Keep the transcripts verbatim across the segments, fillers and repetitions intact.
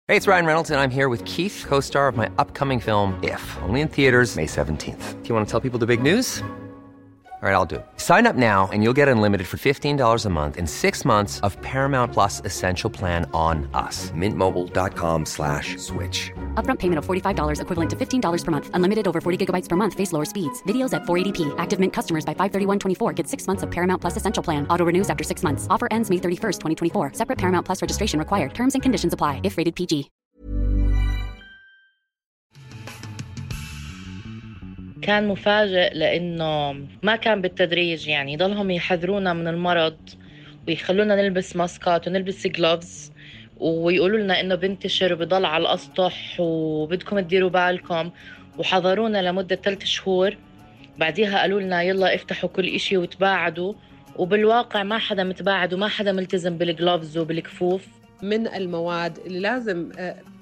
Hey, it's Ryan Reynolds, and I'm here with Keith, co-star of my upcoming film, If, only in theaters May seventeenth. Do you want to tell people the big news? All right, I'll do it. Sign up now and you'll get unlimited for fifteen dollars a month and six months of Paramount Plus Essential Plan on us. Mint Mobile dot com slash switch. Upfront payment of forty-five dollars equivalent to fifteen dollars per month. Unlimited over forty gigabytes per month. Face lower speeds. Videos at four eighty p. Active Mint customers by five thirty-one twenty-four get six months of Paramount Plus Essential Plan. Auto renews after six months. Offer ends May thirty-first, twenty twenty-four. Separate Paramount Plus registration required. Terms and conditions apply if rated P G. كان مفاجئ لأنه ما كان بالتدريج، يعني ضلهم يحذرونا من المرض ويخلونا نلبس ماسكات ونلبس جلوفز ويقولوا لنا إنه بنتشر وبضل على الأسطح وبدكم تديروا بالكم، وحضرونا لمدة ثلاث شهور. بعديها قالوا لنا يلا افتحوا كل إشي وتباعدوا، وبالواقع ما حدا متباعد وما حدا ملتزم بالجلوفز وبالكفوف. من المواد اللي لازم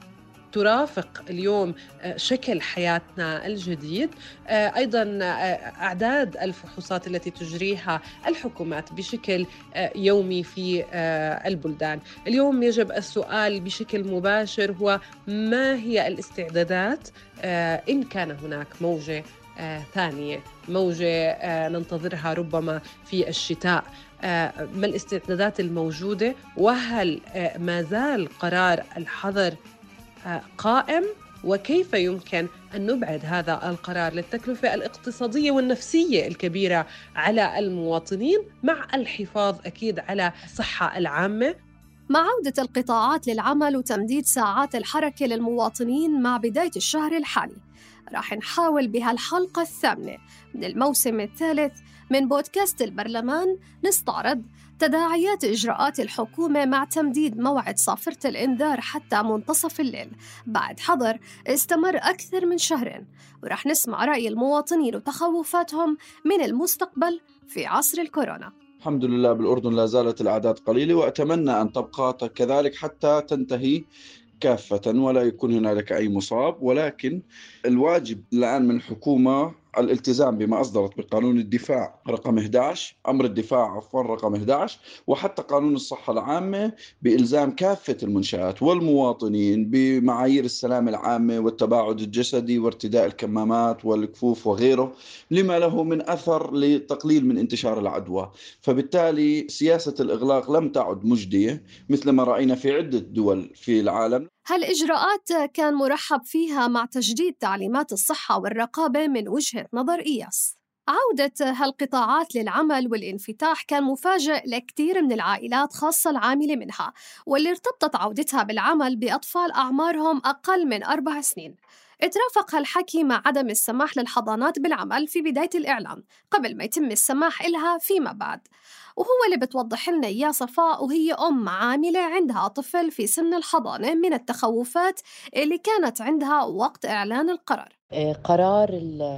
ترافق اليوم شكل حياتنا الجديد، أيضاً أعداد الفحوصات التي تجريها الحكومات بشكل يومي في البلدان. اليوم يجب السؤال بشكل مباشر هو ما هي الاستعدادات إن كان هناك موجة ثانية، موجة ننتظرها ربما في الشتاء. ما الاستعدادات الموجودة، وهل ما زال قرار الحظر قائم، وكيف يمكن أن نبعد هذا القرار للتكلفة الاقتصادية والنفسية الكبيرة على المواطنين مع الحفاظ أكيد على الصحة العامة. مع عودة القطاعات للعمل وتمديد ساعات الحركة للمواطنين مع بداية الشهر الحالي، راح نحاول بهالحلقة الثامنة من الموسم الثالث من بودكاست البرلمان نستعرض تداعيات إجراءات الحكومة مع تمديد موعد صافرة الإنذار حتى منتصف الليل بعد حظر استمر أكثر من شهرين، ورح نسمع رأي المواطنين وتخوفاتهم من المستقبل في عصر الكورونا. الحمد لله بالأردن لا زالت الأعداد قليلة، وأتمنى أن تبقى كذلك حتى تنتهي كافة ولا يكون هنالك أي مصاب. ولكن الواجب الآن من الحكومة الالتزام بما أصدرت بقانون الدفاع رقم إحدى عشر، أمر الدفاع عفوا رقم إحدى عشر، وحتى قانون الصحة العامة بإلزام كافة المنشآت والمواطنين بمعايير السلامة العامة والتباعد الجسدي وارتداء الكمامات والكفوف وغيره، لما له من أثر لتقليل من انتشار العدوى. فبالتالي سياسة الإغلاق لم تعد مجدية مثل ما رأينا في عدة دول في العالم. هالإجراءات كان مرحب فيها مع تجديد تعليمات الصحة والرقابة من وجهة نظر إياس. عودة هالقطاعات للعمل والانفتاح كان مفاجئ لكثير من العائلات خاصة العاملة منها، واللي ارتبطت عودتها بالعمل بأطفال أعمارهم أقل من أربع سنين. اترافق هالحكي مع عدم السماح للحضانات بالعمل في بداية الإعلان قبل ما يتم السماح إلها فيما بعد، وهو اللي بتوضح لنا إياه صفاء وهي أم عاملة عندها طفل في سن الحضانة من التخوفات اللي كانت عندها وقت إعلان القرار. قرار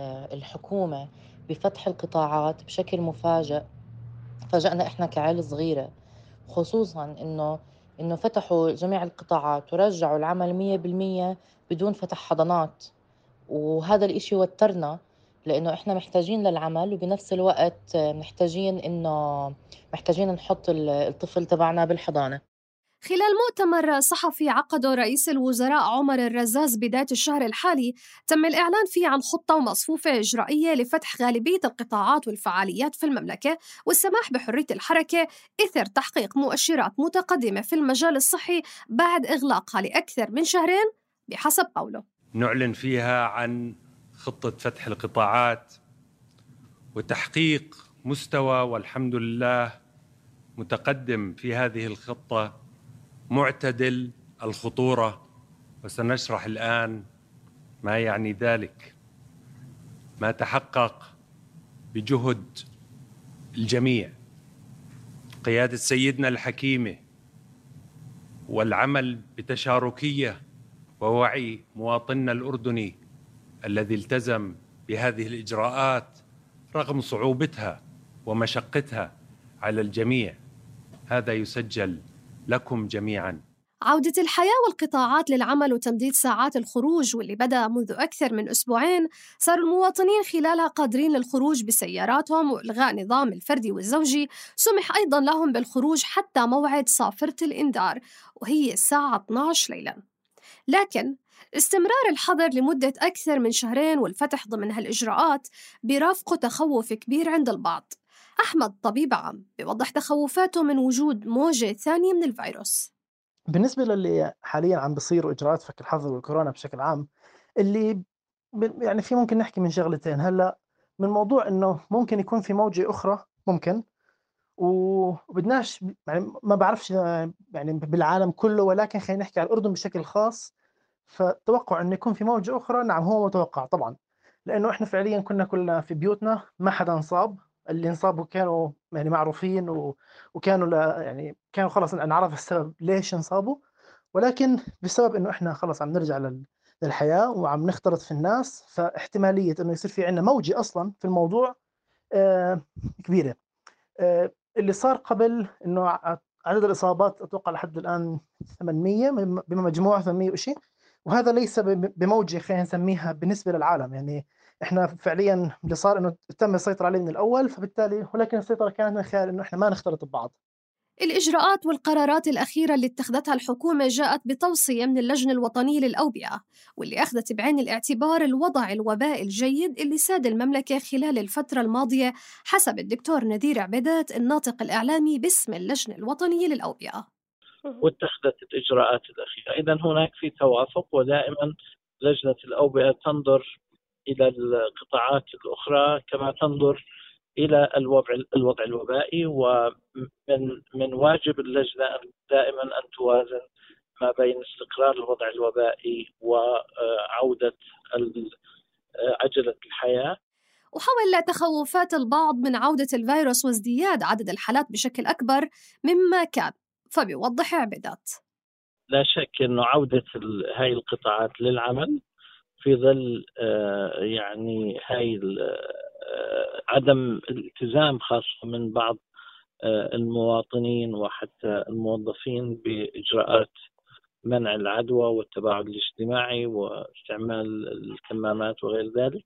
الحكومة بفتح القطاعات بشكل مفاجئ فاجأنا إحنا كعائلة صغيرة، خصوصاً إنه إنه فتحوا جميع القطاعات ورجعوا العمل مية بالمية بدون فتح حضانات، وهذا الإشي وترنا لأنه إحنا محتاجين للعمل وبنفس الوقت محتاجين إنه محتاجين نحط الطفل تبعنا بالحضانة. خلال مؤتمر صحفي عقده رئيس الوزراء عمر الرزاز بداية الشهر الحالي، تم الإعلان فيه عن خطة ومصفوفة إجرائية لفتح غالبية القطاعات والفعاليات في المملكة والسماح بحرية الحركة إثر تحقيق مؤشرات متقدمة في المجال الصحي بعد إغلاقها لأكثر من شهرين بحسب قوله. نعلن فيها عن خطة فتح القطاعات وتحقيق مستوى والحمد لله متقدم في هذه الخطة معتدل الخطورة، وسنشرح الآن ما يعني ذلك، ما تحقق بجهد الجميع، قيادة سيدنا الحكيمة والعمل بتشاركية ووعي مواطننا الأردني الذي التزم بهذه الإجراءات رغم صعوبتها ومشقتها على الجميع. هذا يسجل لكم جميعاً. عودة الحياة والقطاعات للعمل وتمديد ساعات الخروج واللي بدأ منذ أكثر من أسبوعين، صار المواطنين خلالها قادرين للخروج بسياراتهم وإلغاء نظام الفردي والزوجي. سمح أيضاً لهم بالخروج حتى موعد صافرة الإنذار وهي الساعة اثنعش ليلاً. لكن استمرار الحظر لمدة أكثر من شهرين والفتح ضمن هالإجراءات بيرافقه تخوف كبير عند البعض. أحمد طبيب عام بيوضح تخوفاته من وجود موجة ثانية من الفيروس. بالنسبة للي حاليا عم بصير إجراءات فك الحظر والكورونا بشكل عام، اللي يعني في ممكن نحكي من شغلتين. هلأ من موضوع إنه ممكن يكون في موجة أخرى، ممكن، وبدناش يعني ما بعرفش يعني بالعالم كله، ولكن خلينا نحكي على الأردن بشكل خاص. فتوقع إنه يكون في موجة أخرى، نعم هو متوقع طبعا، لأنه إحنا فعليا كنا كلنا في بيوتنا، ما حدا انصاب. اللي انصابوا كانوا يعني معروفين و... وكانوا لا يعني كانوا خلص نعرف السبب ليش انصابوا، ولكن بسبب إنه إحنا خلص عم نرجع لل... للحياة وعم نختلط في الناس، فاحتمالية إنه يصير في عنا موجة أصلا في الموضوع آه كبيرة. آه اللي صار قبل إنه عدد الإصابات أتوقع لحد الآن ثمانمية بمجموعة ثمانمية وشيء، وهذا ليس بموجة خلينا نسميها بالنسبة للعالم. يعني إحنا فعليا اللي صار إنه تم السيطرة عليه من الأول، فبالتالي ولكن السيطرة كانت من خلال إنه إحنا ما نختلط ببعض. الإجراءات والقرارات الأخيرة اللي اتخذتها الحكومة جاءت بتوصية من اللجنة الوطنية للأوبئة، واللي أخذت بعين الاعتبار الوضع الوبائي الجيد اللي ساد المملكة خلال الفترة الماضية، حسب الدكتور نذير عبيدات الناطق الإعلامي باسم اللجنة الوطنية للأوبئة. واتخذت الإجراءات الأخيرة. إذن هناك في توافق، ودائما لجنة الأوبئة تنظر إلى القطاعات الأخرى كما تنظر إلى الوضع الوضع الوبائي، ومن من واجب اللجنة دائما أن توازن ما بين استقرار الوضع الوبائي وعودة عجلة الحياة. وحول تخوفات البعض من عودة الفيروس وازدياد عدد الحالات بشكل أكبر مما كان، فبيوضح عبيدات. لا شك أنه عودة هاي القطاعات للعمل في ظل يعني هاي عدم الالتزام خاصة من بعض المواطنين وحتى الموظفين بإجراءات منع العدوى والتباعد الاجتماعي واستعمال الكمامات وغير ذلك،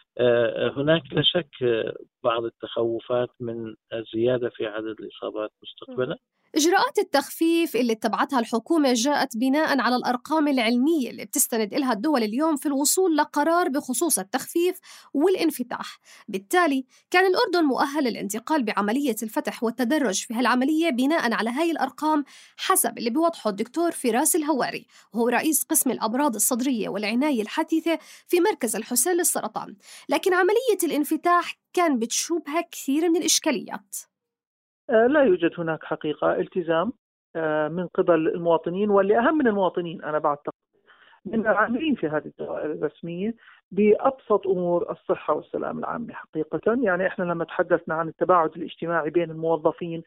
هناك لا شك بعض التخوفات من زيادة في عدد الإصابات مستقبلا. إجراءات التخفيف اللي اتبعتها الحكومة جاءت بناء على الأرقام العلمية اللي بتستند إلها الدول اليوم في الوصول لقرار بخصوص التخفيف والانفتاح. بالتالي كان الأردن مؤهل للانتقال بعملية الفتح والتدرج في هالعملية بناء على هاي الأرقام، حسب اللي بيوضحه الدكتور فراس الهواري، وهو رئيس قسم الأمراض الصدرية والعناية الحديثة في مركز الحسين للسرطان. لكن عملية الانفتاح كان بتشوبها كثير من الإشكاليات. لا يوجد هناك حقيقة التزام من قبل المواطنين، واللي أهم من المواطنين أنا بعتقد من العاملين في هذه الدوائر الرسمية بأبسط أمور الصحة والسلام العامة حقيقة. يعني إحنا لما تحدثنا عن التباعد الاجتماعي بين الموظفين،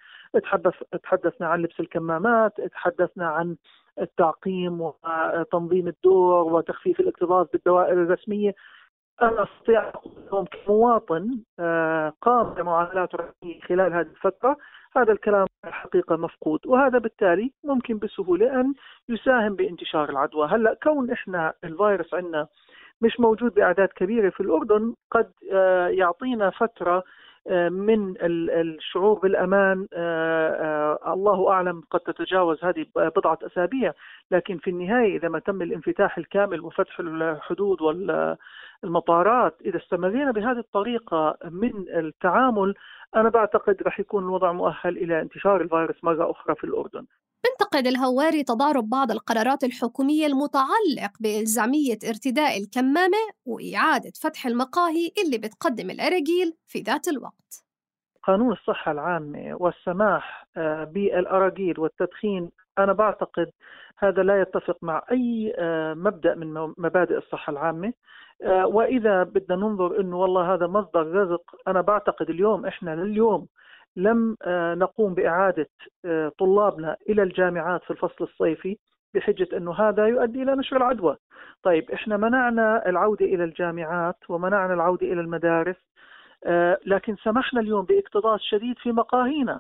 تحدثنا عن لبس الكمامات، تحدثنا عن التعقيم وتنظيم الدور وتخفيف الاكتظاظ بالدوائر الرسمية. أنا أستطيع أقول كمواطن قام بمعاملات رسمية خلال هذه الفترة، هذا الكلام حقيقة مفقود، وهذا بالتالي ممكن بسهولة أن يساهم بانتشار العدوى. هلأ كون إحنا الفيروس عندنا مش موجود بأعداد كبيرة في الأردن، قد يعطينا فترة من الشعور بالأمان، الله أعلم قد تتجاوز هذه بضعة أسابيع، لكن في النهاية إذا ما تم الانفتاح الكامل وفتح الحدود والمطارات، إذا استمرينا بهذه الطريقة من التعامل، أنا بعتقد رح يكون الوضع مؤهل إلى انتشار الفيروس مرة أخرى في الأردن. انتقد الهواري تضارب بعض القرارات الحكومية المتعلق بإلزامية ارتداء الكمامة وإعادة فتح المقاهي اللي بتقدم الأراجيل في ذات الوقت. قانون الصحة العامة والسماح بالأراجيل والتدخين، أنا بعتقد هذا لا يتفق مع أي مبدأ من مبادئ الصحة العامة. وإذا بدنا ننظر إنه والله هذا مصدر رزق، أنا بعتقد اليوم إحنا لليوم لم نقوم بإعادة طلابنا إلى الجامعات في الفصل الصيفي بحجة أنه هذا يؤدي إلى نشر العدوى. طيب إحنا منعنا العودة إلى الجامعات ومنعنا العودة إلى المدارس، لكن سمحنا اليوم باكتظاظ شديد في مقاهينا،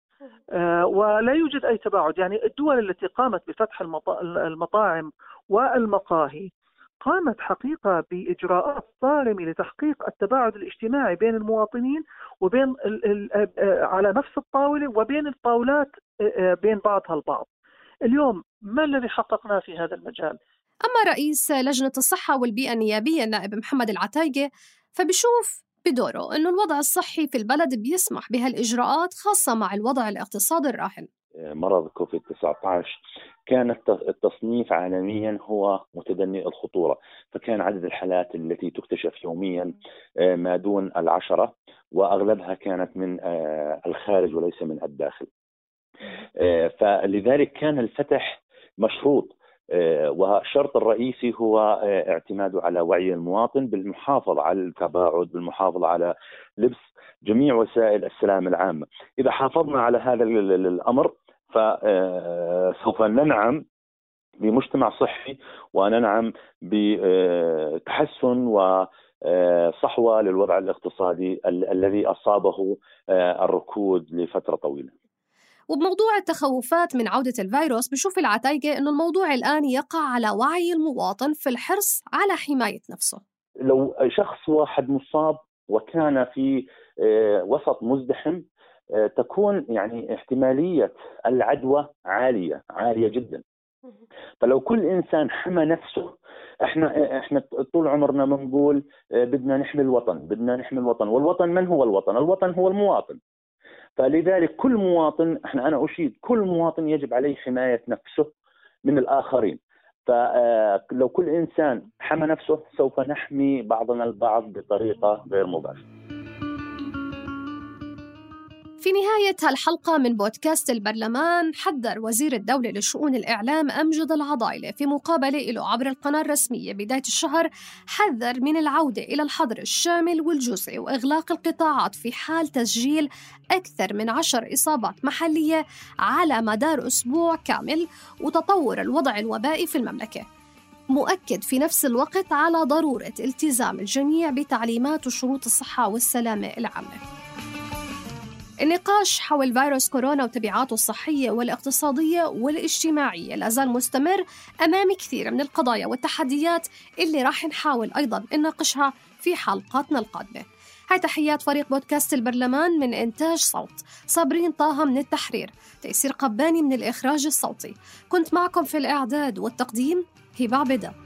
ولا يوجد أي تباعد. يعني الدول التي قامت بفتح المطاعم والمقاهي قامت حقيقة بإجراءات صارمة لتحقيق التباعد الاجتماعي بين المواطنين وبين على نفس الطاولة وبين الطاولات بين بعضها البعض. اليوم ما الذي حققناه في هذا المجال؟ أما رئيس لجنة الصحة والبيئة النيابية النائب محمد العتايقة فبيشوف بدوره أنه الوضع الصحي في البلد بيسمح بهالإجراءات، خاصة مع الوضع الاقتصادي الراهن. مرض كوفيد تسعة عشر كان التصنيف عالميا هو متدني الخطورة، فكان عدد الحالات التي تكتشف يوميا ما دون العشرة، وأغلبها كانت من الخارج وليس من الداخل. فلذلك كان الفتح مشروط، والشرط الرئيسي هو اعتماده على وعي المواطن بالمحافظة على التباعد، بالمحافظة على لبس جميع وسائل السلامة العامة. إذا حافظنا على هذا الأمر فسوف ننعم بمجتمع صحي، وننعم بتحسن وصحوة للوضع الاقتصادي الذي أصابه الركود لفترة طويلة. وبموضوع التخوفات من عودة الفيروس بشوف العتايقة أنه الموضوع الآن يقع على وعي المواطن في الحرص على حماية نفسه. لو شخص واحد مصاب وكان في وسط مزدحم تكون يعني احتمالية العدوى عالية عالية جدا. فلو كل إنسان حمى نفسه، احنا احنا طول عمرنا بنقول بدنا نحمي الوطن، بدنا نحمي الوطن، والوطن من هو الوطن؟ الوطن هو المواطن. فلذلك كل مواطن، احنا انا اشيد كل مواطن يجب عليه حماية نفسه من الآخرين. فلو كل إنسان حمى نفسه سوف نحمي بعضنا البعض بطريقة غير مباشرة. في نهاية هالحلقة من بودكاست البرلمان، حذر وزير الدولة لشؤون الإعلام أمجد العضايلة في مقابلة له عبر القناة الرسمية بداية الشهر، حذر من العودة إلى الحظر الشامل والجزئي وإغلاق القطاعات في حال تسجيل أكثر من عشر إصابات محلية على مدار أسبوع كامل وتطور الوضع الوبائي في المملكة، مؤكد في نفس الوقت على ضرورة التزام الجميع بتعليمات وشروط الصحة والسلامة العامة. النقاش حول فيروس كورونا وتبعاته الصحية والاقتصادية والاجتماعية لازال مستمر أمام كثير من القضايا والتحديات اللي راح نحاول أيضاً نناقشها في حلقاتنا القادمة. هاي تحيات فريق بودكاست البرلمان من إنتاج صوت، صابرين طه من التحرير، تيسير قباني من الإخراج الصوتي. كنت معكم في الإعداد والتقديم هبة عبيدات.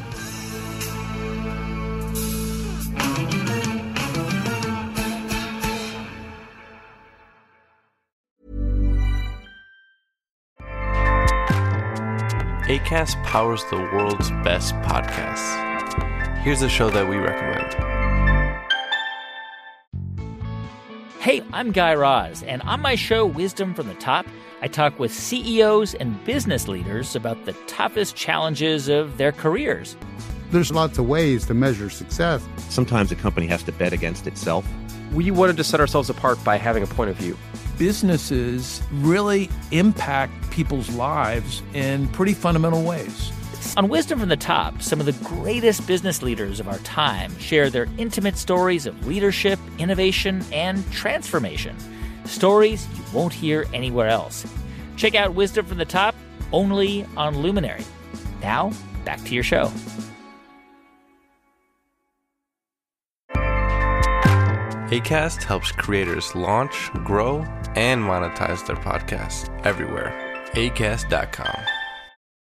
Acast powers the world's best podcasts. Here's a show that we recommend. Hey, I'm Guy Raz, and on my show, Wisdom from the Top, I talk with C E Os and business leaders about the toughest challenges of their careers. There's lots of ways to measure success. Sometimes a company has to bet against itself. We wanted to set ourselves apart by having a point of view. Businesses really impact people's lives in pretty fundamental ways. On Wisdom from the Top, some of the greatest business leaders of our time share their intimate stories of leadership, innovation, and transformation. Stories you won't hear anywhere else. Check out Wisdom from the Top only on Luminary. Now, back to your show. Acast helps creators launch, grow, and monetize their podcasts everywhere. acast dot com.